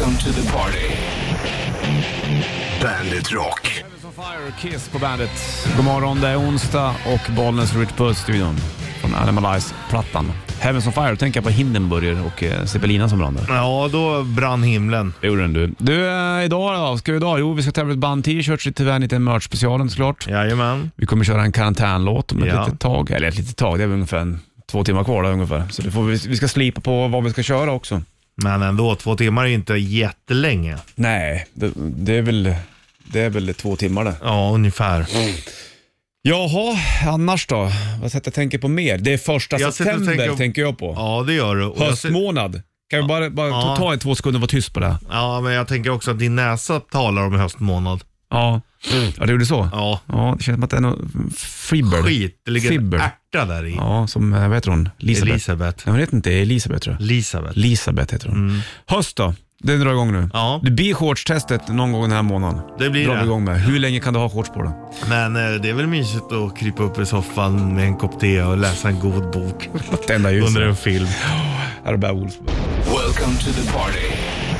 Welcome to the party. Bandit Rock. Heavens on Fire, Kiss på bandet. God morgon, det är onsdag och Bollnäs Rich Puss-studion från Animalize-plattan. Heavens on Fire, tänker jag på Hindenburger och Zeppelina som brann där. Ja, då brann himlen. Det gjorde den du. Du, idag då? Ska vi idag? Jo, vi ska tävla ett band-t-shirts, tyvärr inte en merch-specialen såklart. Jajamän. Vi kommer köra en karantänlåt om ett litet tag. Eller ett litet tag, det är ungefär 2 timmar kvar där ungefär. Så det får vi ska slipa på vad vi ska köra också. Men ändå, 2 timmar är inte jättelänge. Nej, det är väl 2 timmar det. Ja, ungefär. Jaha, annars då? Vad sätter jag tänker på mer? Det är 1 september tänker jag på. Ja, det gör du. Och höstmånad. Kan vi bara ta 2 sekunder och vara tyst på det? Ja, men jag tänker också att din näsa talar om höstmånad. Ja, ja det gjorde så. Ja. Ja, det känns som att det är något fibber. Skit, det ligger en ärta där i. Ja, som, vad heter hon? Elisabeth. Nej, hon heter inte Elisabeth tror jag. Elisabeth heter hon. Höst då? Det drar igång nu. Ja. Det blir shortstestet någon gång den här månaden. Det blir drar det. Igång med. Hur länge kan du ha shorts på det? Men det är väl mysigt att krypa upp i soffan med en kopp te och läsa en god bok. Det enda ljuset. Under en film. Här är Bear Wolves. Welcome to the party.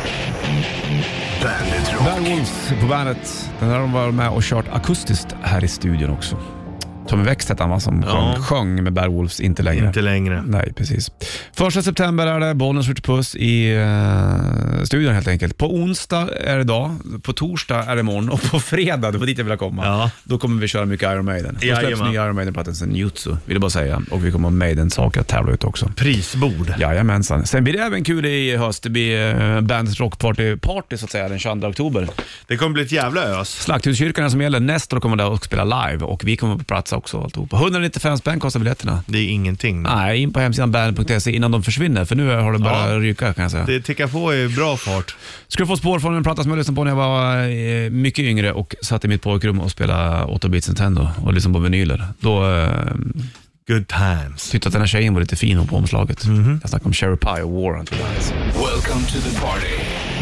Bandit Rock. Bear Wolves på bandet. Den har de varit med och kört akustiskt här i studion också. Tommy Växt hette han som sjöng med Bear Wolves, inte längre. Inte längre. Nej, precis. 1 september är det Bollnäs Rich Puss i studion helt enkelt. På onsdag är det idag, på torsdag är det imorgon och på fredag, det var dit jag ville komma. Ja. Då kommer vi köra mycket Iron Maiden. Då släpps nya Iron Maiden-plattan sen Jutsu, vill jag bara säga. Och vi kommer ha Maiden-saker att tävla ut också. Prisbord. Jajamensan. Sen blir det även kul i höst. Det blir Bandit Rock Party så att säga, den 22 oktober. Det kommer bli ett jävla ös. Slakthuskyrkan är som gäller. Nästa kommer där och spela live och vi kommer på plats också. Alltihop. 195 spänn kostar biljetterna. Det är ingenting. Nej, in på hemsidan band.se innan de försvinner. För nu har det bara ryka kan jag säga. Det tickar på i bra fart. Skulle få spår från en platta som jag lyssnade på när jag var mycket yngre och satt i mitt pojkrum och spelade 8-bits Nintendo och lyssnade på vinyler. Då good times. tyckte att den här tjejen var lite fin på omslaget. Jag snackade om Cherry Pie och War Until Dies. Welcome to the party.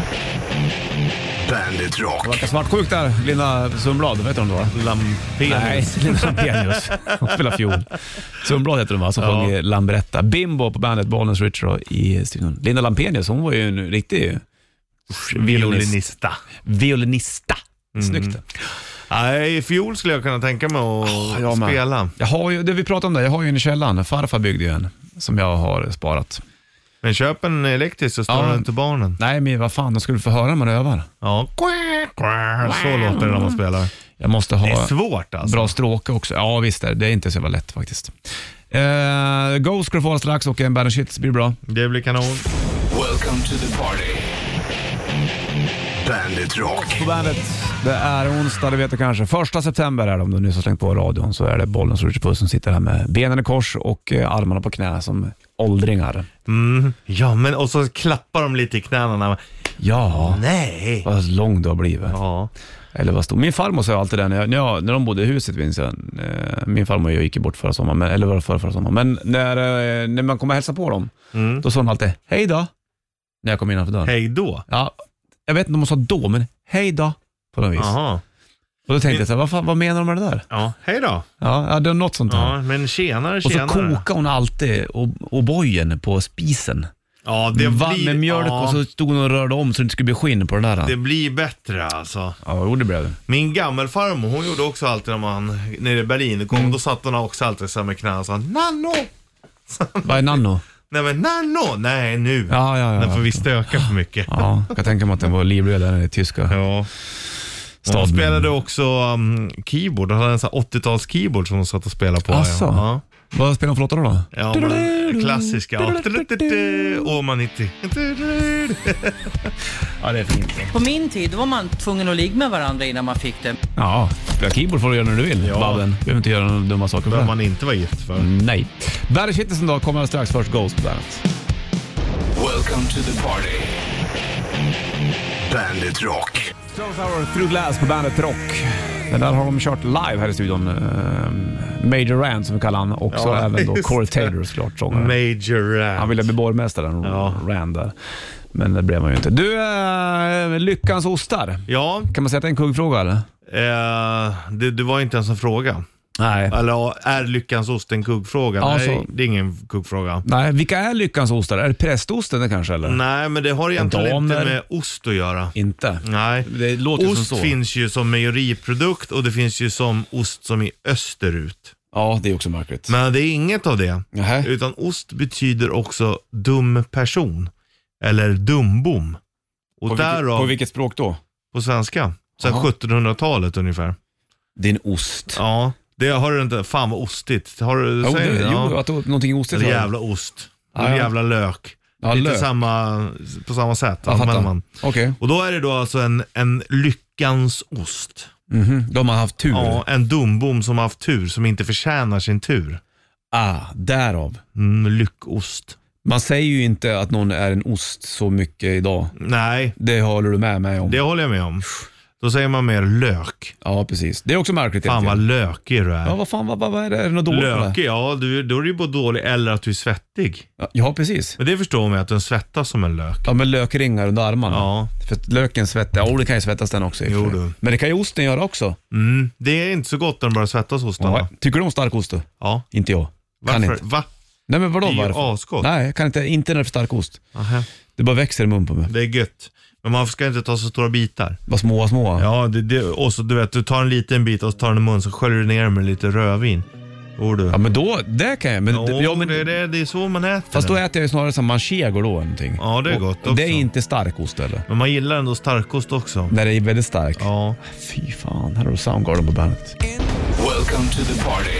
Bandit Rock. Det verkar svartsjuk där, Linda Sundblad, vet du om det var? Lampenius. Nej, Linda Lampenius. Hon spelar fiol. Sundblad heter hon va, som sjöng Lambretta. Bimbo på bandet Bollnäs Rich i studion. Linda Lampenius, hon var ju en riktig violinista. Snyggt. Nej, fiol skulle jag kunna tänka mig att spela. Jag har ju, det vi pratade om det, jag har ju en i källaren. Farfar byggde ju en som jag har sparat. Men köp en elektrisk så står den till barnen. Nej, men vad fan, de skulle få höra när man övar. Ja, så låter det när man spelar. Jag måste ha det är svårt alltså. Bra stråke också. Ja visst, det är inte så lätt faktiskt. Ghost ska du få strax och en band shit blir bra. Det blir kanon. Welcome to the party. Bandit Rock. På bandet, det är onsdag, det vet du kanske. 1 september är det, om du nyss har slängt på radion, så är det Bollnäs Rich Puss som sitter här med benen i kors och armarna på knä som åldringar. Ja, men och så klappar de lite i knäna. Ja. Nej. Vad lång du har blivit. Ja. Eller vad stor. Min farmor sa alltid det när de bodde i huset, minns jag. Min farmor gick ju bort förra sommaren, eller var det förra sommaren. Men när man kommer hälsa på dem, då sa hon alltid hej då när jag kom innanför dörren. Hej då? Ja, jag vet inte om hon sa då, men hej då på något vis. Aha. Och då tänkte jag så här, vad menar de med det där? Ja, hej då. Ja, det är något sånt här. Ja, men tjenare. Och så kokade hon alltid och bojen på spisen. Ja, det blir med mjölk och så stod hon och rörde om så det inte skulle bli skinn på det där. Det blir bättre alltså. Ja, det blev det. Min gammelfarmor, hon gjorde också alltid när man nere i Berlin kom, då satt hon också alltid så med knäna och sa Nanno. Vad är Nanno? Nej men Nanno, nej nu. Ja. Den får vi stöka för mycket. Ja, jag kan tänka mig att den var livlig där i tyska. Ja. Hon spelade också keyboard. Hon hade en sån 80-tals keyboard som hon satt och spelade på. Asså. Ja. Vad spelar hon för låtar då? Ja, men klassiska. Åh, 90. Ja, det är fint. På min tid var man tvungen att ligga med varandra innan man fick det. Ja, spela keyboard får du göra när du vill. Ja. Babben, du behöver inte göra några dumma saker för Behöver det. man inte vara gift för. Nej. Barry Shittesen då kommer strax, först Ghost på bandet. Welcome to the party. Bandit Rock. Stones Hour Through Glass på bandet Rock. Den där har de kört live här i studion. Major Rand som vi kallar han. Och så även då Corey Taylor såklart. Major Rand. Han ville bli borgmästaren, Rand där. Men det blev man ju inte. Du, Lyckans ostar. Ja. Kan man säga att det är en kuggfråga eller? Det var inte ens en fråga. Nej. Eller är lyckans ost en kuggfråga? Ja, Nej, så. det är ingen kuggfråga. Nej, vilka är lyckans ostar? Är det prästosten det kanske eller? Nej, men det har egentligen Damer. inte med ost att göra. Inte. Nej. Det låter som Ost så. finns ju som mejeriprodukt och det finns ju som ost som är österut. Ja, det är också märkligt. Men det är inget av det. Nähä. Utan ost betyder också dum person. Eller dumbom. Och På vilket språk då? på svenska. Så Aha. 1700-talet ungefär. Din ost. Ja, det har du inte. Fan vad ostigt. Har du Jo, säger det? jo, att någonting ostigt. Eller var det. jävla ost. Ja, Eller ja. jävla lök. Ja, Lite lök. på samma sätt. Jag använder fattar. man. Okej. Och då är det då alltså en lyckans ost. De har haft tur. Ja, en dumbom som har haft tur, som inte förtjänar sin tur. Därav. Lyckost. Man säger ju inte att någon är en ost så mycket idag. Nej, Det håller du med mig om. det håller jag med om. Då säger man mer lök. Ja, precis. Det är också märkligt. Fan vad egentligen. lökig du är. Ja, vad fan, vad är det? Är det något dåligt med det? Lökig, ja, då är du ju både dålig eller att du är svettig. Ja, precis. Men det förstår man att den svettas som en lök. Ja, med lökringar under armarna. Ja. För att löken svettas. Ja, det kan ju svettas den också. Jo, du. Men det kan ju osten göra också. Det är inte så gott när den börjar svettas hos den. Ja. Tycker du om stark ost då? Ja. Inte jag. Kan Varför? inte. Va? Nej, men vadå Det är ju varför? asgott. Nej, jag kan inte när det är för stark ost. Aha. Det bara växer i mun på mig. Det är gött. Men man ska inte ta så stora bitar. Bara små. Ja, och så du vet, du tar en liten bit och så tar den i mun, så sköljer du ner den med lite rödvin. Du. Ja, men då, det kan jag. Men, men, det är så man äter. fast då den. äter jag ju snarare som manchego då. Någonting. Ja, det är Och gott det också. är inte stark ost eller? Men man gillar ändå starkost också. När det är väldigt stark. Ja. Fy fan, här har du Soundgarden på bandet. Welcome to the party.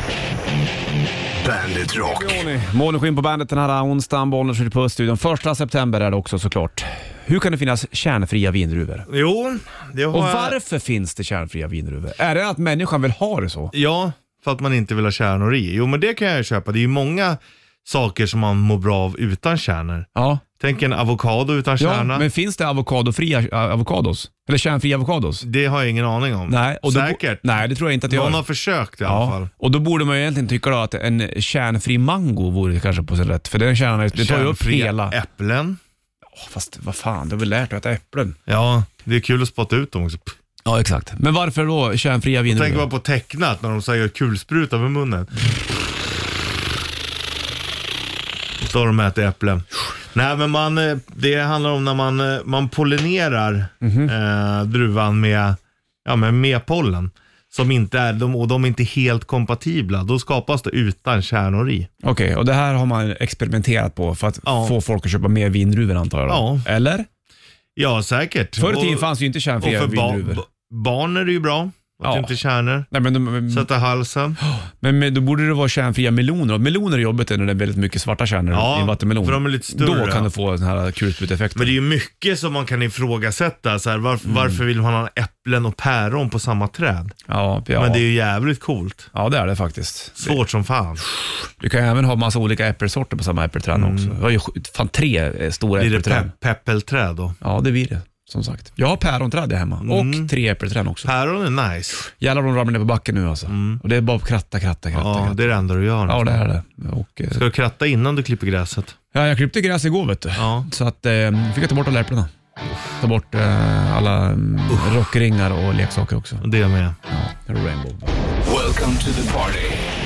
Bandit Rock. Måneskinn på bandet den här onsdagen, bollen skjuter på studion. 1 september är det också såklart. Hur kan det finnas kärnfria vindruvor? Jo, det har Och jag... varför finns det kärnfria vindruvor? Är det att människan vill ha det så? Ja, för att man inte vill ha kärnor i. Jo, men det kan jag ju köpa. Det är ju många saker som man mår bra av utan kärnor. Ja. Tänk en avokado utan Ja, kärna. men finns det avokadofria avokados? Eller kärnfria avokados? Det har jag ingen aning om. Nej, och då, Säkert. Nej, det tror jag inte att jag Någon gör. har försökt i alla fall. Och då borde man ju egentligen tycka då att en kärnfri mango vore kanske på sin rätt. För den kärnan, det tar ju upp Kärnfria hela... äpplen. Fast vad fan, du har väl lärt dig att äta äpplen? Ja, det är kul att spotta ut dem också. Ja, exakt. Men varför då kärnfria Tänk vindruvor? bara på tecknat när de säger kulspruta med munnen. Så de äter äpplen. Nej, men det handlar om när man pollinerar druvan med pollen. Som inte är, och de är inte helt kompatibla. Då skapas det utan kärnor i. Okej, och det här har man experimenterat på för att få folk att köpa mer vindruvor antar jag då. Ja. Eller? Ja, säkert. Förr i tiden fanns ju inte Och kärnfria för vindruvor. barn är det ju bra. Att Ja. inte kärnor. Nej, men, Sätta halsen. men då borde det vara kärnfria meloner. Och meloner är jobbigt när det är väldigt mycket svarta kärnor i en vattenmelon. för de är lite större. Då kan du få den här kulspruteeffekten. Men det är ju mycket som man kan ifrågasätta. Så här, varför vill man ha äpplen och päron på samma träd? Ja. Men det är ju jävligt coolt. Ja, det är det faktiskt. Svårt som fan. Du kan ju även ha massa olika äppelsorter på samma äppelträd också. Jag har ju fan 3 stora Blir det äppelträd. peppelträd då? Ja, det blir det. Som sagt. Jag har päronträd hemma. Och 3 äppelträd också. Päron är nice. Jävlar, de ramlar ner på backen nu alltså. Och det är bara att kratta. Ja, det är det enda du gör. Ja, det är det. Och, Ska du kratta innan du klipper gräset? ja, jag klippte gräs igår vet du. Ja. Så att, fick jag ta bort alla äpplena. Ta bort alla rockringar och leksaker också. Och det med. Ja, det är Rainbow. Welcome to the party.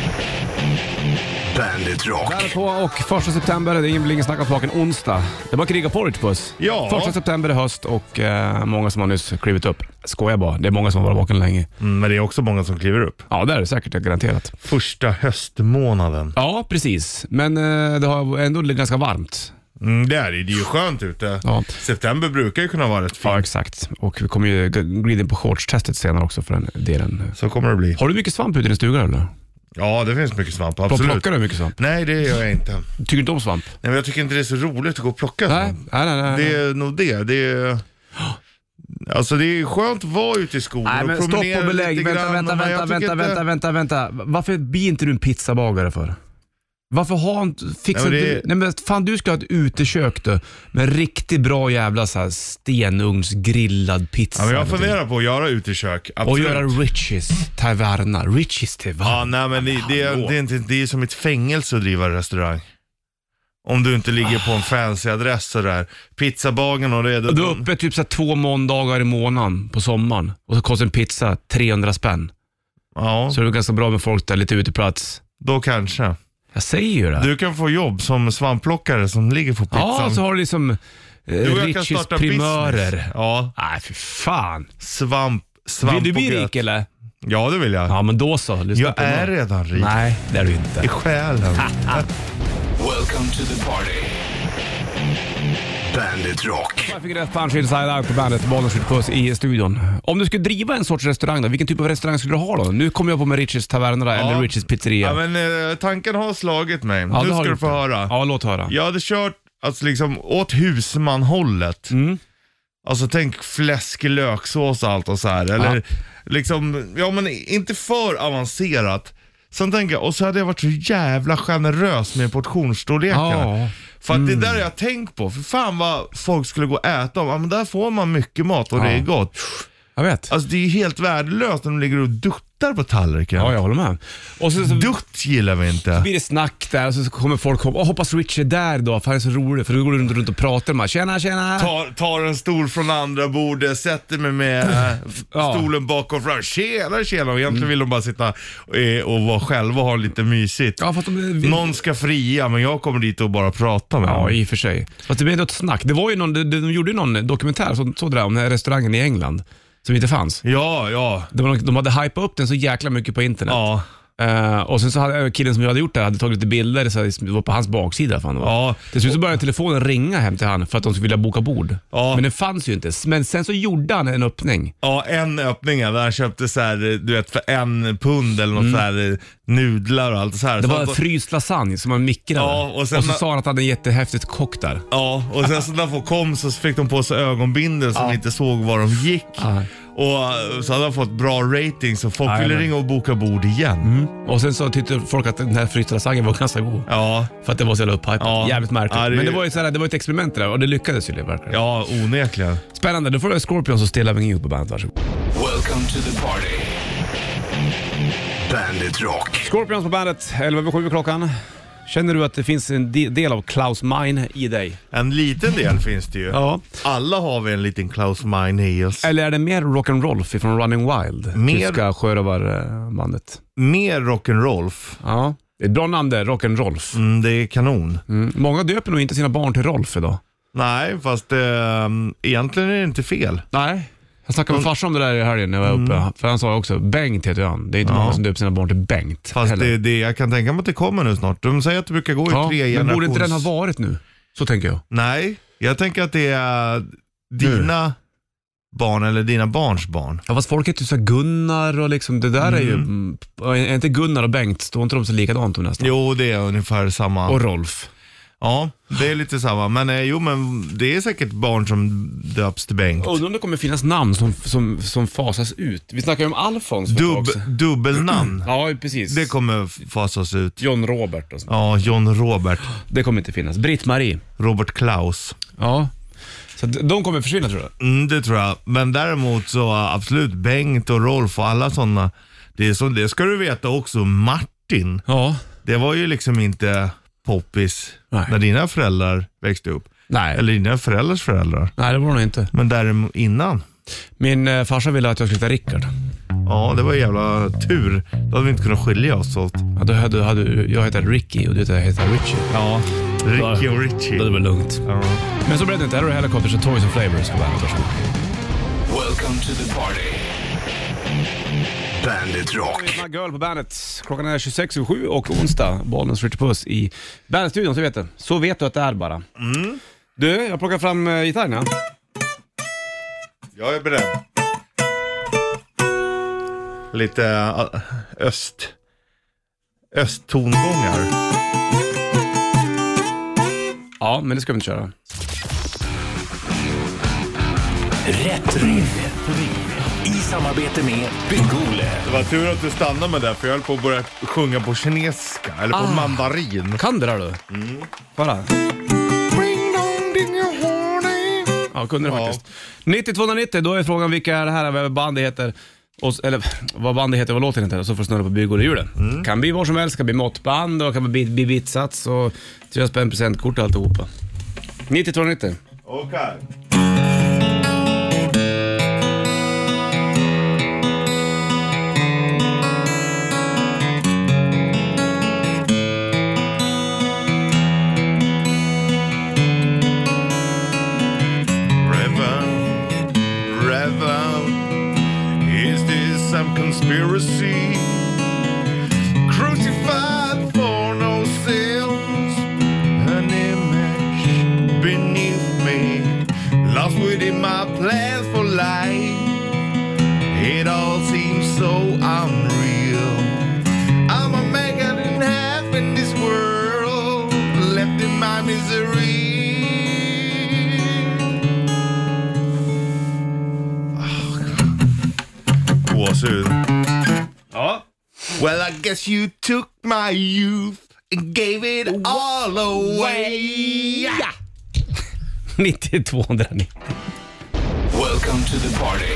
Bandit Rock. Där på och 1 september, det är ingen snack om saken, onsdag. Det var kriga porridge på oss. Ja. 1 september är höst och många som har nyss klivit upp. Skojar bara, det är många som har varit vaken länge. Men det är också många som kliver upp. Ja, det är det säkert, garanterat. Första höstmånaden. Ja, precis. Men det har ändå blivit ganska varmt. Det är ju skönt ute. Ja. September brukar ju kunna vara rätt fint. Ja, exakt. Och vi kommer ju glida in på shortstestet senare också för den delen. Så kommer det bli. Har du mycket svamp ute i din stuga eller? Ja, det finns mycket svamp, absolut. Plockar du mycket svamp? Nej, det gör jag inte. Tycker du inte om svamp? Nej, men jag tycker inte det är så roligt att gå och plocka Nej, svamp. nej. Det är nog det. Det är... Alltså det är skönt att vara ute i skogen. Nej, men och stopp promenera och belägg. lite grann, men jag tycker inte- Vänta. Varför blir inte du en pizzabagare för? Varför fixar Nej, men du... Nej men fan, du ska ha ett utekök du, med riktigt bra jävla så här stenugnsgrillad pizza. Ja, men jag funderar på att göra utekök. och Absolut. göra Richies Taverna. Ja, nej, men det är som ett fängelse att driva restaurang. Om du inte ligger på en fancy adress sådär. Pizzabagen och det. Du är uppe typ så här 2 måndagar i månaden på sommaren och så kostar en pizza 300 spänn. Ja, Så det är ganska bra med folk där lite ute på plats. då kanske. Jag säger ju det. Du kan få jobb som svampplockare som ligger på pizzan. Ja, så har du liksom jag kan Richies starta primörer. business. Ja, Nej, för fan. svamp Vill du bli och gröt. rik eller? Ja, det vill jag. Ja, men då så. Lyssna Jag på är mig. redan rik. Nej, det är du inte. I själen. Welcome to the party. Bandit Rock. Jag fick rätt punch inside out på bandet Bollnäs Puss i studion. Om du skulle driva en sorts restaurang då, vilken typ av restaurang skulle du ha då? Nu kommer jag på med Richies Taverna eller Richies pizzeria. Ja, men tanken har slagit mig. Ja, Nu det har ska du gjort få det. höra. Ja, låt höra. Jag hade kört alltså, liksom, åt husmanhållet. Alltså tänk fläsk, löksås och allt och så här. Eller liksom, ja men inte för avancerat. Sen tänker jag, och så hade jag varit så jävla generös med portionsstorlekarna. Ja. För att det där har jag tänkt på. För fan vad folk skulle gå och äta om. Ja, men där får man mycket mat och det är gott. Jag vet. Alltså det är helt värdelöst när de ligger och duttar på tallriken. Ja, jag håller med. Och så Dutt gillar vi inte. blir det snack där och så kommer folk hoppas Rich är där då, för han är så rolig. För då går du runt och pratar med tjena. Tar en stol från andra bordet, sätter mig med stolen bakom fram. Tjena. Och egentligen vill de bara sitta och vara själva och ha lite mysigt. Ja, fast Någon ska fria, men jag kommer dit och bara prata med Ja, dem. i och för sig. Fast det blev något snack. Det var ju de gjorde ju någon dokumentär så där om den här restaurangen i England som inte fanns. Ja. De hade hypat upp den så jäkla mycket på internet. Ja. Och sen så hade killen som hade gjort det hade tagit lite bilder så det var på hans baksida. Fan, Ja. Till slut så började telefonen ringa hem till han för att de skulle vilja boka bord. Ja. Men det fanns ju inte. Men sen så gjorde han en öppning. Ja, en öppning där han köpte så här, du vet, för £1 eller något så här nudlar och allt så här. Det så var att, fryst lasagne som man mikrade. Ja, och sen- så sa han att han hade en jättehäftigt kock där. ja, och sen så när folk kom så fick de på sig ögonbindel som inte såg var de gick. Ja. Och så hade de fått bra rating så folk ville men. ringa och boka bord igen. Och sen så tyckte folk att den här frysta lasagnen var ganska god. Ja, För att det var så jävla upphypat. Ja. Jävligt märkligt. Ja, Men det var ju såhär, det var ett experiment där och det lyckades ju verkligen. ja, onekligen. Spännande, då får du Scorpions och Still Having You på bandet, varsågod. Welcome to the party. Bandit Rock. Scorpions på bandet, 11:07 klockan. Känner du att det finns en del av Klaus Meine i dig? En liten del finns det ju. Ja. Alla har vi en liten Klaus Meine i oss. Eller är det mer Rock'n'Roll från Running Wild? Mer- Tyska sjörövarbandet. Mer rock'n'roll. Ja, det är ett bra namn det, Rock'n'Rolf. Det är kanon. Många döper nog inte sina barn till Rolf idag. Nej, fast egentligen är det inte fel. Nej. Jag snackade med farsan om det där i helgen när jag var uppe. För han sa också, Bengt heter han. Det är inte många som döper sina barn till Bengt. Fast heller. det, jag kan tänka mig att det kommer nu snart. De säger att det brukar gå i 3 generations... men borde inte den ha varit nu? Så tänker jag. Nej, jag tänker att det är dina barn eller dina barns barn. Ja, fast folk heter ju så här Gunnar och liksom, det där är ju... Är inte Gunnar och Bengt, står inte de så likadant om nästan? Jo, det är ungefär samma. Och Rolf. Ja, det är lite samma. Men jo, men det är säkert barn som döps till Bengt. Undrar om det kommer finnas namn som fasas ut. Vi snackar ju om Alfons för ett tag sedan. Dubbelnamn. Ja, precis. Det kommer fasas ut. John Robert och sånt. Ja, John Robert. Det kommer inte finnas. Britt-Marie. Robert Klaus. Ja. Så de kommer försvinna, tror jag. Det tror jag. Men däremot så absolut Bengt och Rolf och alla sådana. Det ska du veta också. Martin. Ja. Det var ju liksom inte poppis när dina föräldrar växte upp. Nej. Eller dina föräldrars föräldrar. Nej, det var det nog inte. Men däremot innan. Min farsa ville att jag skulle heta Rickard. Ja, det var jävla tur. Då hade vi inte kunnat skilja oss åt. Ja, då hade jag heter Ricky och du heter Richie. Ja, Ricky och Richie. Då är det väl lugnt. Ja. Men så blev det inte. Här har du Helicopters och Toys and Flavors på bandet. Welcome to the party. Bandit Rock. My Girl på bandet. Klockan är 26:07 och onsdag. Bollnäs Richie Puss i bandstudion, så vet du. Så vet du att det är bara. Du, jag plockar fram gitarren, ja. Jag är beredd. Lite östtongångar. Ja, men det ska vi inte köra. Rätt riff. I samarbete med Bygg-Ole. Det var tur att du stannade med det, för jag höll på att börja sjunga på kinesiska. Eller på mandarin. Kan det där du? Bara. Ja, kunde det faktiskt. 9290, då är frågan vilka är det här, vad bandet heter. Eller vad bandet heter, vad låten heter. Så får snurra på Bygg-Ole-hjulen. Kan bli vad som helst, kan bli måttband och kan bli bitsats och 3 spänn presentkort och alltihopa. 9290. Okej. damn conspiracy. Crucified for no sins, an image beneath me, lost within my plans for life. It all seems so unreal. I'm a man cut in half in this world, left in my misery. Gåshud. Ja. Well, I guess you took my youth and gave it all away. 90-290. Welcome to the party.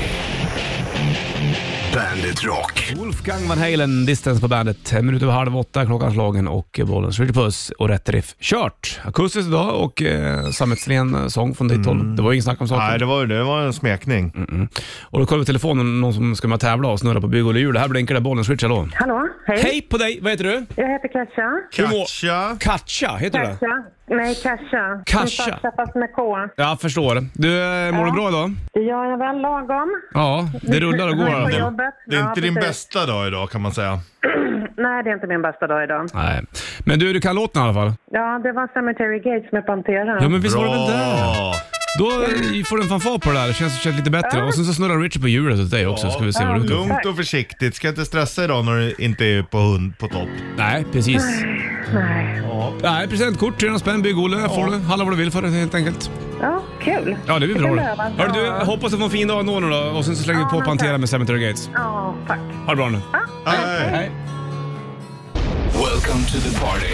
Bandit Rock. Wolfgang Van Halen, Distance på bandet. 7:30, klockan slagen och bollen Switch Puss och rätt riff kört. Akustiskt idag och sammetslen sång från ditt håll. Det var ingen snack om saker. Nej, det var en smekning. Och då kollar vi telefonen, någon som ska med tävla och snurra på bygg och hjul. Här blinkar det, bollen Switch, hallå. Hallå, hej. Hej på dig, vad heter du? Jag heter Kasha. Katja. Katja, heter du det? Kasha. Nej, Kasha. Kasha. Kasha fast med K. Jag förstår. Du, mår du bra idag? Det gör jag väl lagom. Ja, det rullar och går. Jag är på Det. jobbet. Det är inte din precis. bästa dag idag, kan man säga. Nej, det är inte min bästa dag idag. Nej. Men du kan låten i alla fall. Ja, det var Cemetery Gates med Pantera. Ja, men visst var det väl där? Då får du en fanfar på det där. Det känns lite bättre. Och sen så snurrar Richard på hjulet åt dig också. Ska vi se vad du kan. Lugnt och försiktigt. Ska inte stressa idag när du inte är på topp. Nej, precis. Nej. Nej, presentkort, 300 spänn, bygg-Olle. Får du alla vad du vill för det helt enkelt. Ja, kul. Ja, det blir bra. kan det. behövas. Hörru du, Ja. hoppas du får en fin dag ändå nu då. Och sen så slänger vi på men Pantera tack. med Cemetery Gates. Ja, tack. Ha det bra nu. Nej. Welcome to the party.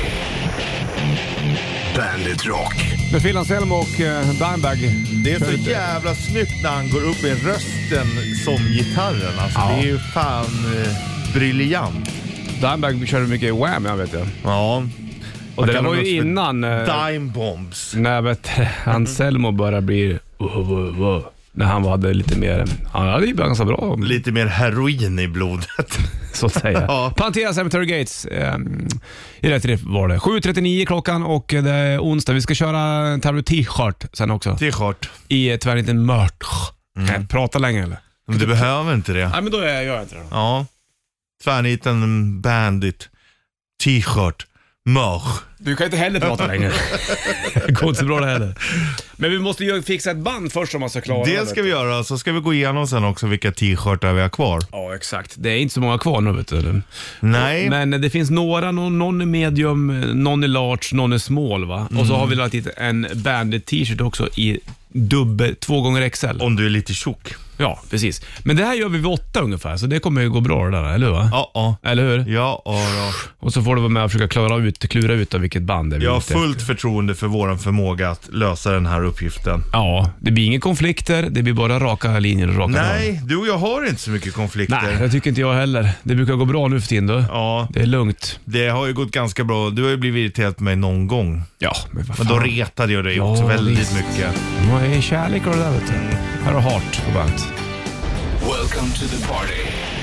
Bandit Rock. Med Phil Anselm och Dimebag. Det är så jävla snyggt när han går upp med rösten som gitarren. Alltså, Ja. det är ju fan briljant. Dimebag körde mycket Wham, jag vet jag. Ja. Och det kan där var också ju för innan Dime Bombs. när Anselmo började bli när han hade lite mer, han hade ju ganska bra Lite mer heroin i blodet. så att säga. Ja. Pantera Cemetery Gates i rätt riff var det. 7:39 klockan och det är onsdag. Vi ska köra en Tarot T-shirt sen också. T-shirt. I tvärniten mört. Kan jag prata länge eller? Men du behöver inte det. Nej, men då gör jag inte det då. Ja. Tvärniten Bandit. T-shirt. Mör. Du kan inte heller prata längre. Det går inte så bra det heller. Men vi måste ju fixa ett band först om man ska klara Det ska vi göra. Så ska vi gå igenom sen också vilka t-shirtar vi har kvar. Ja, exakt. Det är inte så många kvar nu, vet du. Nej. Men det finns några, någon är medium, någon är large, någon är small, va? Och så har vi lagt dit en Bandit t-shirt också i 2XL. Om du är lite tjock. Ja, precis. Men det här gör vi vid 8 ungefär, så det kommer ju gå bra det där, eller hur? Va? Ja. Eller hur? Ja. Och så får du vara med och försöka klura ut av vilket band det är vi Jag har ute efter. fullt förtroende för våran förmåga att lösa den här uppgiften. Ja, det blir inga konflikter, det blir bara raka linjer och raka Nej, du och jag har inte så mycket konflikter. Nej, det tycker inte jag heller. Det brukar gå bra nu för tiden då. Ja, Det är lugnt. det har ju gått ganska bra. Du har ju blivit irriterad på mig någon gång. Ja, men vad Men fan. då retade jag dig Ja, också väldigt visst. mycket. Vad är kärlek och det där, vet du. Här har Heart på bandet. Welcome to the party.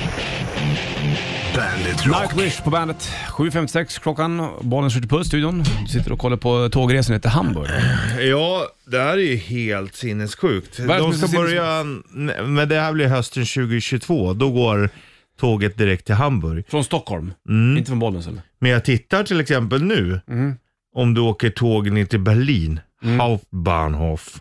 Bandit Rock. Nightwish på bandet. 7:56 klockan. Bollen skjuter på studion. Du sitter och kollar på tågresan till Hamburg. Ja, det här är ju helt sinnessjukt. Vad är det De som är ska börja, men det här blir hösten 2022. Då går tåget direkt till Hamburg. Från Stockholm. Inte från Bollnäs eller? Men jag tittar till exempel nu. Om du åker tåg ner till Berlin. Hauptbahnhof.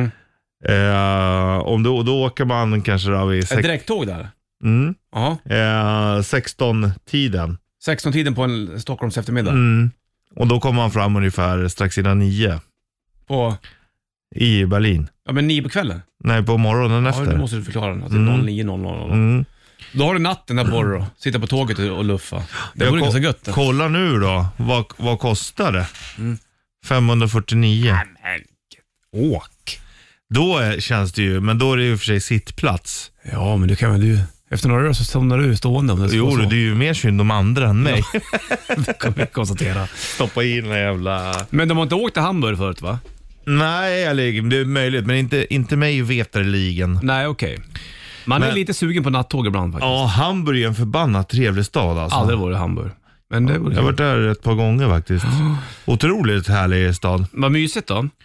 Då åker man kanske då vid Ett direkttåg där? Ja. 16-tiden. 16-tiden på en Stockholms eftermiddag. Och då kommer man fram ungefär strax innan 9 På, i Berlin. ja men 9 på kvällen. Nej, på morgonen Ja, efter. då måste du förklara den. Att det är 09.00. Mm. Då har du natten där på dig då. Sitta på tåget och luffa. Det vore ganska gött. det. Kolla nu då. Vad kostar det? 549. Åk. Då känns det ju, men då är det ju för sig sittplats. Ja, men du kan väl du... Efter några år så somnar du stående om det ska Jo, vara så. det är ju mer synd om andra än mig. Det kan vi konstatera. Stoppa in en jävla... Men de har inte åkt till Hamburg förut, va? Nej, eller, det är möjligt, men inte mig veterligen. Nej, okej. Man är Men- lite sugen på nattåg ibland faktiskt. Ja, Hamburg är en förbannat trevlig stad alltså. Aldrig varit i Hamburg. Men det vore Jag har varit där ett par gånger faktiskt. Otroligt härlig stad. Vad mysigt då.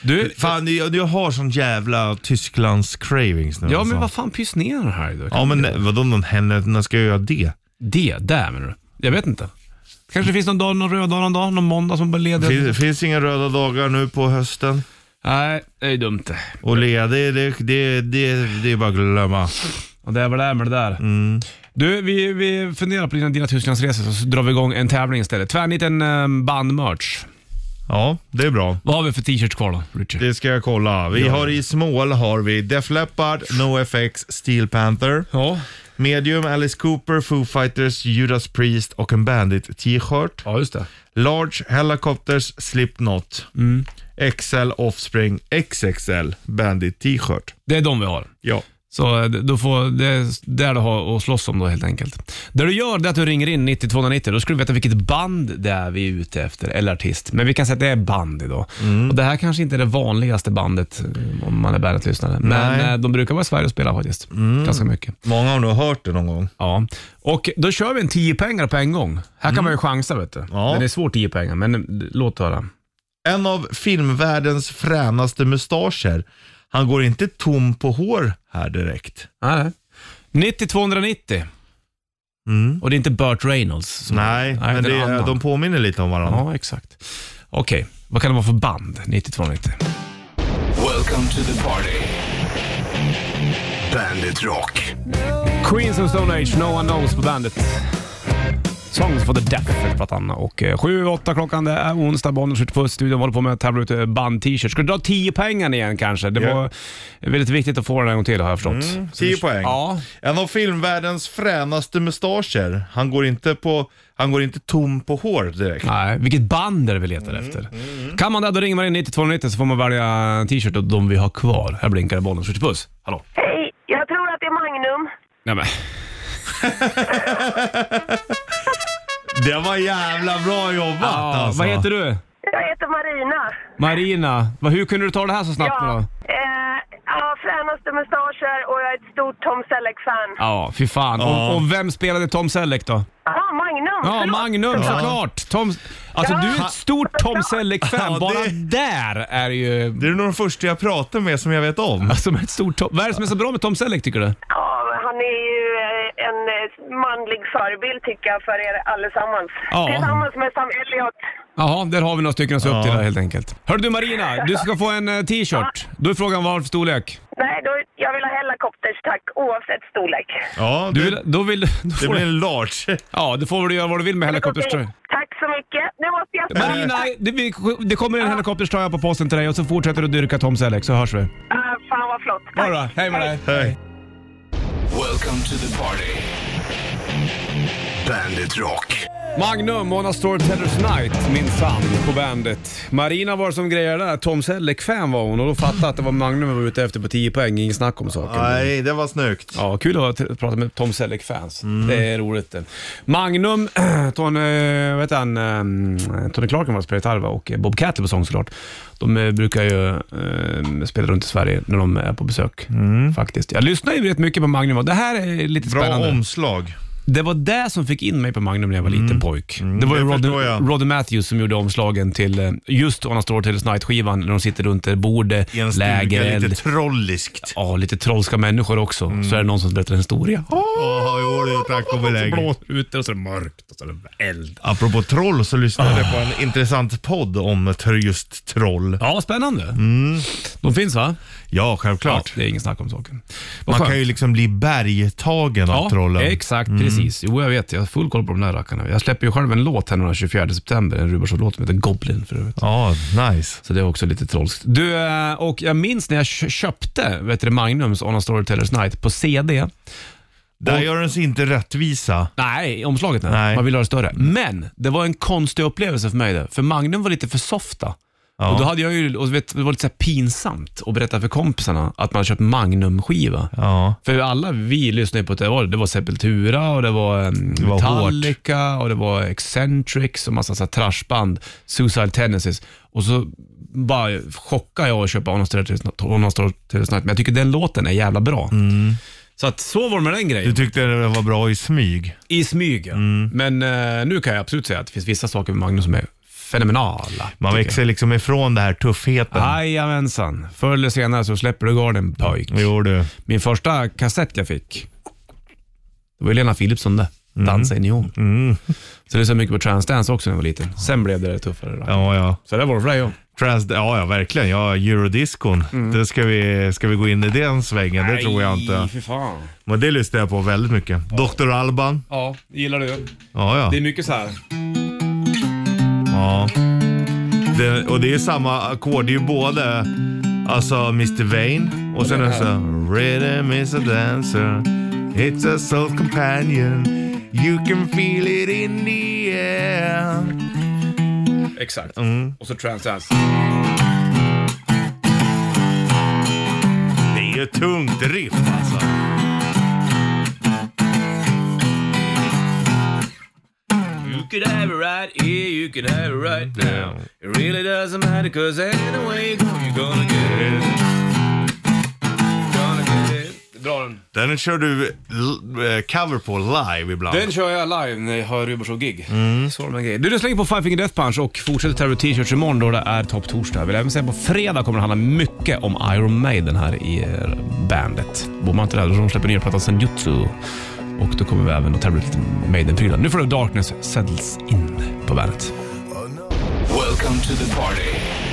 Fan, jag har sån jävla Tysklands cravings nu. Ja, alltså. men vad fan pysslar här då? Ja, men vadå, när ska jag göra det? Det, där menar du? Jag vet inte. Kanske det finns någon dag, någon röd dag, någon måndag som bara leder. Finns inga röda dagar nu på hösten. Nej, det är dumt. Och ledig, det är bara att glömma. Och det är väl det med det där. Du, vi funderar på dina Tysklandsresor, så drar vi igång en tävling istället. Tvärniten bandmerch. Ja, det är bra. Vad har vi för t-shirts kvar då, Richard? Det ska jag kolla. Vi har i small har vi Def Leppard, NoFX, Steel Panther. Ja. Medium, Alice Cooper, Foo Fighters, Judas Priest och en Bandit t-shirt. Ja, just det. Large, Helicopters, Slipknot. XL, Offspring, XXL, Bandit t-shirt. Det är de vi har. Ja. Så då får det där du har att slåss om då helt enkelt. Det du gör det är att du ringer in 90-290. Då ska du veta vilket band det är vi är ute efter, eller artist. Men vi kan säga att det är band idag. Och det här kanske inte är det vanligaste bandet om man är bandet-lyssnare. Men de brukar vara i Sverige och spela faktiskt. Ganska mycket. Många har nog hört det någon gång. Ja, och då kör vi en 10 pengar på en gång. Här kan man ju chansa, vet du. Ja. Det är svårt 10 pengar, men låt höra. En av filmvärldens fränaste mustascher. Han går inte tom på hår här direkt. Nej. 90-290. Och det är inte Burt Reynolds. Nej, men det är de påminner lite om varandra. Ja, exakt. Okej, vad kan det vara för band? 90-290. Welcome to the party. Bandit Rock. Queens of Stone Age, No One Knows på bandet. Songs for the Deaf heter plattan. Och 7-8 klockan, det är onsdag. Bonnier skjuter på studion, håller på med att tävla ut band-t-shirt. Ska du dra 10 pengar igen kanske? Det var väldigt viktigt att få den en gång till, har jag förstått. 10 poäng. Ja. En av filmvärldens fränaste mustascher. Han går inte tom på hår direkt. Nej, vilket band är det vi letar efter? Kan man där, då ringer man in 90-290 så får man välja en t-shirt och de vi har kvar. Här blinkar det, Bonnier skjuter puss. Hallå? Hej, jag tror att det är Magnum. Nej, men. Det var jävla bra jobbat alltså. Vad heter du? Jag heter Marina. Marina. Hur kunde du ta det här så snabbt då? Fränaste mustascher och jag är ett stort Tom Selleck-fan. Ja, fy fan. Ja. Och vem spelade Tom Selleck då? Ja, Magnum. Ja, Förlåt. Magnum, såklart. Alltså du är ett stort Tom Selleck-fan. Ja, Bara där är ju... Det är nog de första jag pratar med som jag vet om. Alltså ett stort Vad är det som är så bra med Tom Selleck, tycker du? Ja, han är ju en manlig förebild tycker jag för er allesammans. Ja. Tillsammans med Sam Elliott. Jaha, där har vi några stycken som upp till det helt enkelt. Hör du Marina, du ska få en t-shirt. Då är frågan vad för storlek? Nej, jag vill ha helikopters, tack, oavsett storlek. Ja, Du vill, då vill, då det får blir du, en large. ja, då får du göra vad du vill med helikopterströja. Tack så mycket. Nu måste jag... Marina, det kommer en helikopterströja på posten till dig och så fortsätter du dyrka Tom Selleck, så hörs vi. Fan vad flott. Tack. Bra, hej med dig. Hej. Welcome to the party. Bandit Rock. Magnum, On a Storyteller's Night, min sann på bandet. Marina var som grejer där, Tom Selleck-fan var hon och då fattade att det var Magnum vi var ute efter på 10 poäng, ingen snack om saken. Nej, det var snyggt. Ja, kul att prata med Tom Selleck-fans. Det är roligt det. Magnum, Tony Clarken var spelat gitarr och Bob Catley på sång såklart. De brukar ju spela runt i Sverige när de är på besök faktiskt. Jag lyssnar ju rätt mycket på Magnum och det här är lite spännande. Bra omslag. Det var det som fick in mig på Magnum när jag var liten pojk. Det var ju Roddy Matthews som gjorde omslagen till just On a Storyteller's Night-skivan när de sitter runt ett bord, I en stuga, lägereld. lite trolliskt. Ja, lite trollska människor också. Så är det någon som berättar en historia. Tack och belägg. Blå ute och så är det mörkt och så är det eld. Apropå troll så lyssnade jag på en intressant podd om just troll. Ja, spännande. De finns va? Ja, självklart. Ja, det är ingen snack om saken. Man kan ju liksom bli bergtagen av trollen. Exakt, precis. Jo, jag vet. Jag har full koll på de där rackarna. Jag släpper ju själv en låt här den 24 september. En Rubersson-låt som heter Goblin för övrigt. Ja, nice. Så det är också lite trollskt. Du, och jag minns när jag köpte Magnums On a Storyteller's Night på CD. Där gör den sig inte rättvisa. Nej, omslaget Nej. Man vill ha det större. Men det var en konstig upplevelse för mig det. För Magnum var lite för softa. Ja. Och då hade jag ju, och vet, det var lite så här pinsamt att berätta för kompisarna att man köpt Magnum-skiva. Ja. För alla vi lyssnade på det var Sepultura och det var Metallica och det var Eccentrics och massa så här trashband, Suicide Tendencies. Och så bara chockade jag att köpa On a Storyteller's Night. Men jag tycker den låten är jävla bra. Så att så var det med den grejen. Du tyckte det var bra i smyg? I smyg, ja. Men nu kan jag absolut säga att det finns vissa saker med Magnum som är fenomenala. Man växer liksom ifrån det här tuffheten. Jajamensan. Förr eller senare så släpper du garden, pojk. Jo du. Min första kassett jag fick, det var Lena Philipsson där. Dansa i neon. Så det är så mycket på Transdance också när jag var liten. Sen blev det tuffare då. Ja. Så det var det för dig då. Ja, verkligen. Ja, Eurodiscon. Det ska vi gå in i den svängen. Det tror jag inte. Fy fan. Men det lyssnar jag på väldigt mycket. Dr. Alban. Ja, gillar du? Ja. Det är mycket så här. Ja. Och det är samma ackord. Det är ju både alltså Mr. Vain och sen är det så Rhythm is a dancer, it's a soul companion, you can feel it in the air. Exakt. Och så Transdance. Det är ju tungt riff alltså. You could have it right here, you could have it right now. It really doesn't matter, cause anyway you go, you're gonna get it. Gonna get it. Dra den. Den kör du cover på live ibland. Den kör jag live när jag har Rubbershow-gig. Så är det en grej. Du slänger på Five Finger Death Punch och fortsätter Terror T-shirts imorgon då det är topp torsdag. Jag vill även säga på fredag kommer det handla mycket om Iron Maiden här i bandet. Bor man inte där, de släpper ner plattan Senjutsu. Och då kommer vi även att tävla lite Maiden-prylar. Nu får du Darkness Settles In på bandet. Welcome to the party.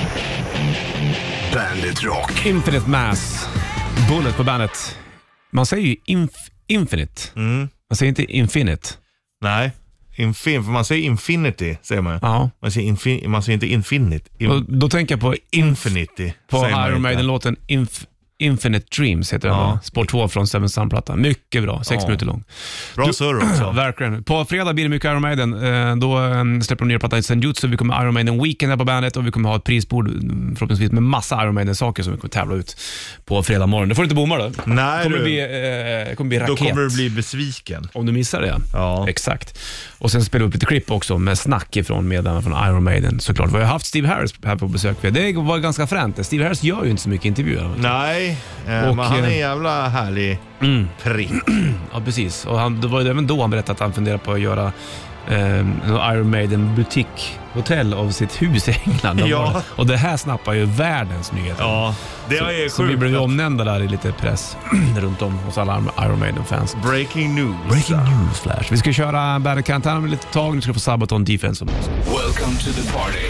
Bandit Rock. Infinite Mass. Bullet på bandet. Man säger ju Infinite. Man säger inte Infinite. Nej, för man säger Infinity, säger man. Ja. Man säger inte Infinite. Och då tänker jag på Infinity. på säger man Iron inte. Maiden-låten Infinite Dreams heter den. Ja. Spår 2 från Seven Sun-plattan. Mycket bra, 6 minuter lång. Bra surr också. Verkligen. På fredag blir det mycket Iron Maiden. Då släpper de ner plattan i Senjutsu. Vi kommer Iron Maiden Weekend här på bandet och vi kommer ha ett prisbord förhoppningsvis med massa Iron Maiden-saker som vi kommer tävla ut på fredag morgon. Det får du inte bomma då. Nej, kommer bli då raket. kommer du bli besviken. Om du missar det. Ja. Exakt. Och sen spelar vi upp lite klipp också med snack ifrån medlemmarna från Iron Maiden. Såklart. Vi har haft Steve Harris här på besök. Det var ganska fränt. Steve Harris gör ju inte så mycket intervjuer. Nej, men han är en jävla härlig prick. Ja, precis. Och det var ju även då han berättade att han funderar på att göra en Iron Maiden butik-hotell av sitt hus i England. Ja. Och det här snappar ju världens nyheter. Ja, det är sjukt. Så vi blev ju omnämnda där i lite press runt om hos alla Iron Maiden-fans. Breaking news. Breaking news flash. Vi ska köra Bandet Cantana med lite tag. Nu ska du få Sabaton Defense. Welcome to the party.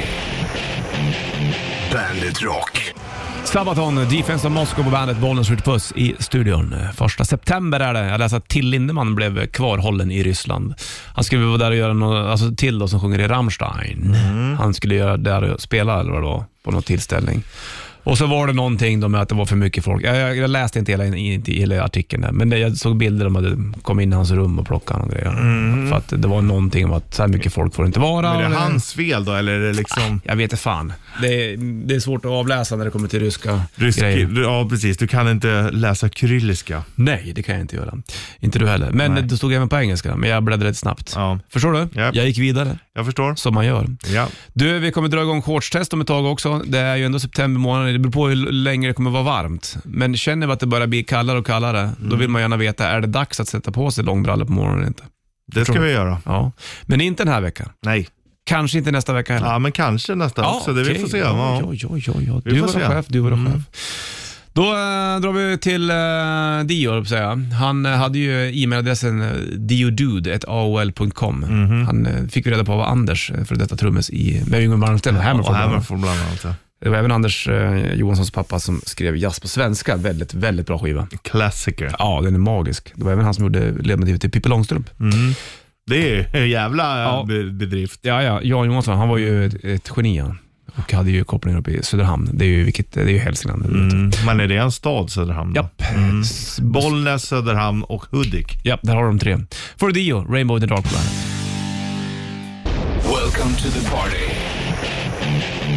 Bandit Rock. Sabaton, Defense of Moscow på bandet, Bollnäs skjuter puss i studion. 1 september är det. Jag läste att Till Lindemann blev kvarhållen i Ryssland. Han skulle vara där och göra något, alltså till då som sjunger i Rammstein. Han skulle göra där och spela eller vad det var, på någon tillställning. Och så var det någonting då med att det var för mycket folk. Jag läste inte hela artikeln där, men jag såg bilder om att de kom in i hans rum och plockade och grejer. För att det var någonting om att så här mycket folk får det inte vara. Men är det hans fel då, eller är det liksom... Jag vet inte fan. Det är svårt att avläsa när det kommer till ryska grejer. Ja, precis. Du kan inte läsa kyrilliska. Nej, det kan jag inte göra. Inte du heller. Men det stod även på engelska, men jag bläddrade rätt snabbt. Ja. Förstår du? Yep. Jag gick vidare. Jag förstår. Som man gör. Ja. Du, vi kommer dra igång shortstest om ett tag också. Det är ju ändå september månad. Det beror på hur länge det kommer vara varmt. Men känner vi att det börjar bli kallare och kallare, då vill man gärna veta, är det dags att sätta på sig långbrallor på morgonen eller inte? Det ska vi göra. Ja. Men inte den här veckan. Nej. Kanske inte nästa vecka heller. Ja, men kanske nästa också. Det vi får se. Ja. Du var chef, du var chef. Då drar vi till Dio, säga. Han hade ju e-mailadressen diodude@aol.com. Han fick reda på vad Anders, för detta trummes med Yngve Malmsteen och Hammerfall bland annat. Det var även Anders Johanssons pappa som skrev jazz på svenska. Väldigt, väldigt bra skiva. Klassiker. Ja, den är magisk. Det var även han som gjorde ledmotivet till Pippi Långstrump. Det är en jävla bedrift. Ja, Jan Johansson, han var ju ett geni. Och hade ju kopplingar upp i Söderhamn. Det är ju Hälsingland. Men är det en stad, Söderhamn? Japp. Bollnäs, Söderhamn och Hudik. Japp, där har de 3. For Dio, Rainbow in the Dark Planet. Welcome to the party.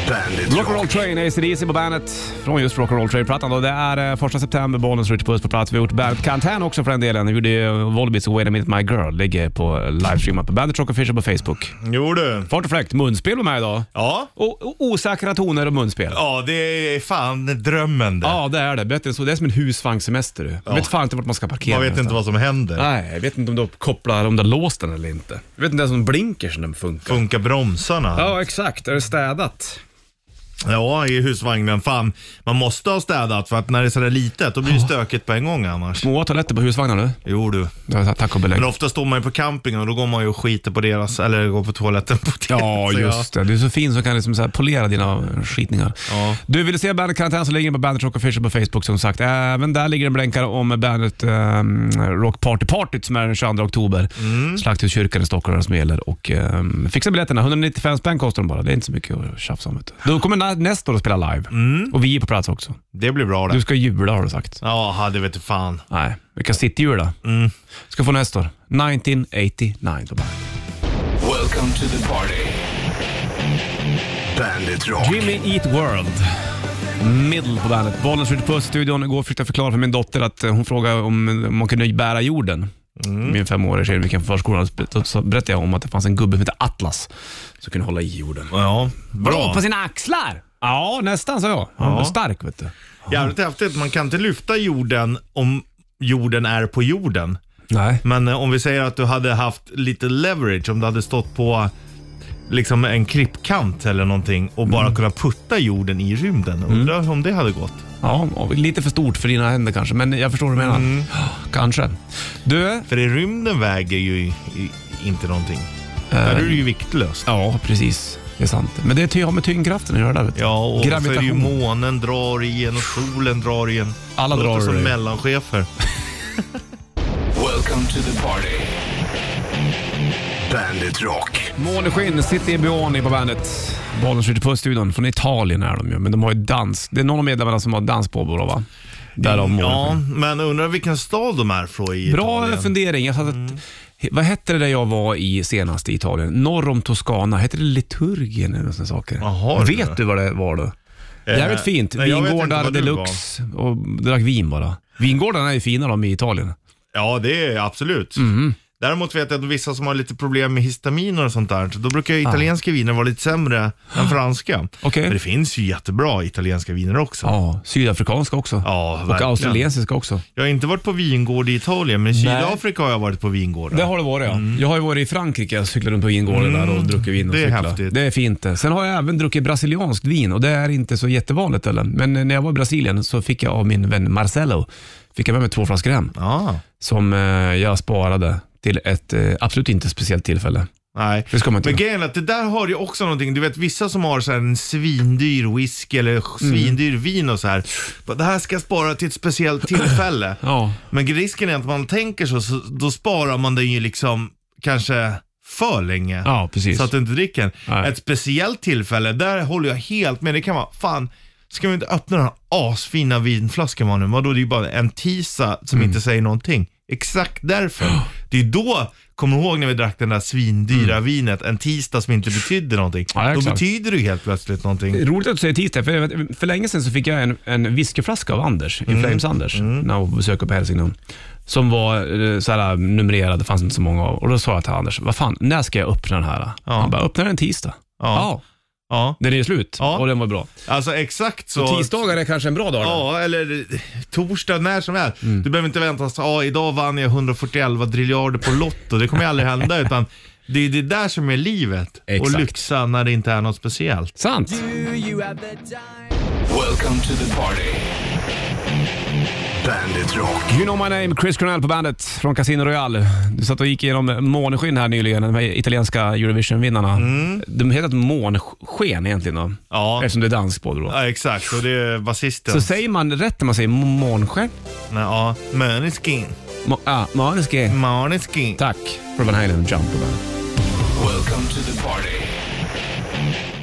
Bandit Rock'n'Roll Rock. Train, AC/DC på bandet från just Rock'n'Roll Train-plattan. Och det är 1 september, Bollnäs Ritchie Puss på plats. Vi har gjort Bandet Cantan också för den delen. Vi gjorde Volbeats och Wait a Minute My Girl. Ligger på livestreamat på Bandet Rock Official på Facebook. Jo du. Fart och fläkt, munspel med mig idag. Ja. Och osäkra toner och munspel. Ja, det är fan drömmen det. Ja, det är det. Bättre så. Det är som en husvagnssemester. Du. Jag vet fan inte vart man ska parkera. Man vet inte vad som händer. Nej, jag vet inte om du kopplar, om du har låst den eller inte. Jag vet inte ens om blinker som den funkar. Funkar bromsarna? Ja, exakt. Är det städat? Ja, i husvagnen. Fan, man måste ha städat för att när det är sådär litet då blir det stökigt på en gång annars. Små toaletter på husvagnar nu? Jo du. Ja, tack och belägg. Men ofta står man ju på campingen och då går man ju och skiter på deras, eller går på toaletten på deras. Ja, just det. Du är så fin som kan liksom så här polera dina skitningar. Ja. Du vill se Bandet Cantan så ligger på Bandet Rock Official på Facebook som sagt. Även där ligger en blänkare om Bandet Rock Party som är den 22 oktober. Slakthuskyrkan i Stockholm som gäller. Och fixa biljetterna. 195 spänn kostar de bara. Det är inte så mycket att tjafsa om. Då kommer nästa år att spela live. Och vi är på plats också. Det blir bra det. Du ska jula har du sagt. Ja, det vet du fan. Nej, vi kan sitta jula. Ska få nästa år. 1989 på Bandet. Welcome to the party. Bandit Rock. Jimmy Eat World. Middle på bandet. Bollen skjuter på studion. Igår försökte jag förklara för min dotter att hon frågade om man kunde bära jorden. Min 5-åriga tjej, vilken förskolan, så berättade jag om att det fanns en gubbe som heter Atlas som kunde hålla i jorden. Ja, bra. På sina axlar? Ja, nästan så jag. Han var stark, vet du. Jävligt häftigt. Man kan inte lyfta jorden om jorden är på jorden. Nej. Men om vi säger att du hade haft lite leverage, om du hade stått på liksom en klippkant eller någonting och bara kunna putta jorden i rymden. Undrar om det hade gått. Ja, lite för stort för dina händer kanske, men jag förstår vad du menar. Kanske. Du? För i rymden väger ju inte någonting. Där är det ju viktlöst. Ja, precis. Det är sant. Men det har med tyngdkraften att göra där, vet du. Ja, och så är det ju gravitation. månen drar i en och solen drar i en. Alla det drar låter som i. mellanchefer. Welcome to the party. Bandit Rock. Måneskinn, City Bioni på bandet. Bollen skjuter på studion. Från Italien är de ju, men de har ju dans. Det är någon av medlemmarna som har dans på, va? Ja, men undrar vilken stad de är från i Bra Italien. fundering. Jag satt vad hette det där jag var i senast i Italien? Norr om Toscana. Hette det Liturgien eller sådana saker? Jaha, vet du vad det var då? Jävligt fint. nej, jag vet inte Vingårdar vad du deluxe och drack vin bara. Vingårdarna är ju fina de i Italien. Ja, det är absolut. Däremot vet jag att vissa som har lite problem med histaminer och sånt där, då brukar ju italienska viner vara lite sämre än franska. Okej. Men det finns ju jättebra italienska viner också. Ja, sydafrikanska också. Ja, och verkligen. australiensiska också. Jag har inte varit på vingård i Italien, men i Sydafrika har jag varit på vingårdar. Det har det varit, ja. Jag har ju varit i Frankrike, jag cyklade runt på vingården där och druckit vin och det är cykla. häftigt. Det är fint. Sen har jag även druckit brasilianskt vin och det är inte så jättevanligt eller. Men när jag var i Brasilien så fick jag av min vän Marcelo fick jag med mig 2 flaskor hem som jag sparade till ett absolut inte speciellt tillfälle. Nej, det ska man inte. Men grejen är att det där har ju också någonting. Du vet, vissa som har så här en svindyr whisky eller svindyr vin och så här. Det här ska jag spara till ett speciellt tillfälle. Ja. Men risken är att man tänker så då sparar man det ju liksom kanske för länge. Ja, precis. Så att du inte dricker. Nej. Ett speciellt tillfälle, där håller jag helt med. Det kan vara, fan, ska vi inte öppna den här asfina vinflaskan man nu? Vadå, det är ju bara en tisa som inte säger någonting. Exakt därför. Det är då, kommer du ihåg när vi drack den där svindyra vinet, en tisdag som inte betydde någonting. Ja, då exakt. betyder det helt plötsligt någonting. Roligt att du säger tisdag, för länge sedan så fick jag en whiskyflaska av Anders, i Flames Anders, när jag besökte på Hälsingland. Som var så här numrerad, det fanns inte så många av. Och då sa jag till Anders, vad fan, när ska jag öppna den här? Han bara, öppna den tisdag. Ja. Den är slut och den var bra. Alltså exakt så. Så tisdagar är kanske en bra dag då? Ja, eller torsdag, när som helst. Du behöver inte vänta så, idag vann jag 141 driljarder på Lotto. Det kommer aldrig hända, utan det är det där som är livet. Exakt. Och lyxa när det inte är något speciellt. Sant. Welcome to the party. Bandit Rock. You know my name, Chris Cornell på bandet från Casino Royale. Du satt och gick igenom Måneskinn här nyligen, de här italienska Eurovision-vinnarna. De heter Månsken egentligen då. Ja. Eftersom det är dansk på det då. Ja, exakt. Och det är basisten. Så säger man rätt när man säger Månsken? Nej, ja, Måneskin. Måneskin. Måneskin. Tack för Van Halen Jump på bandet. Welcome to the party.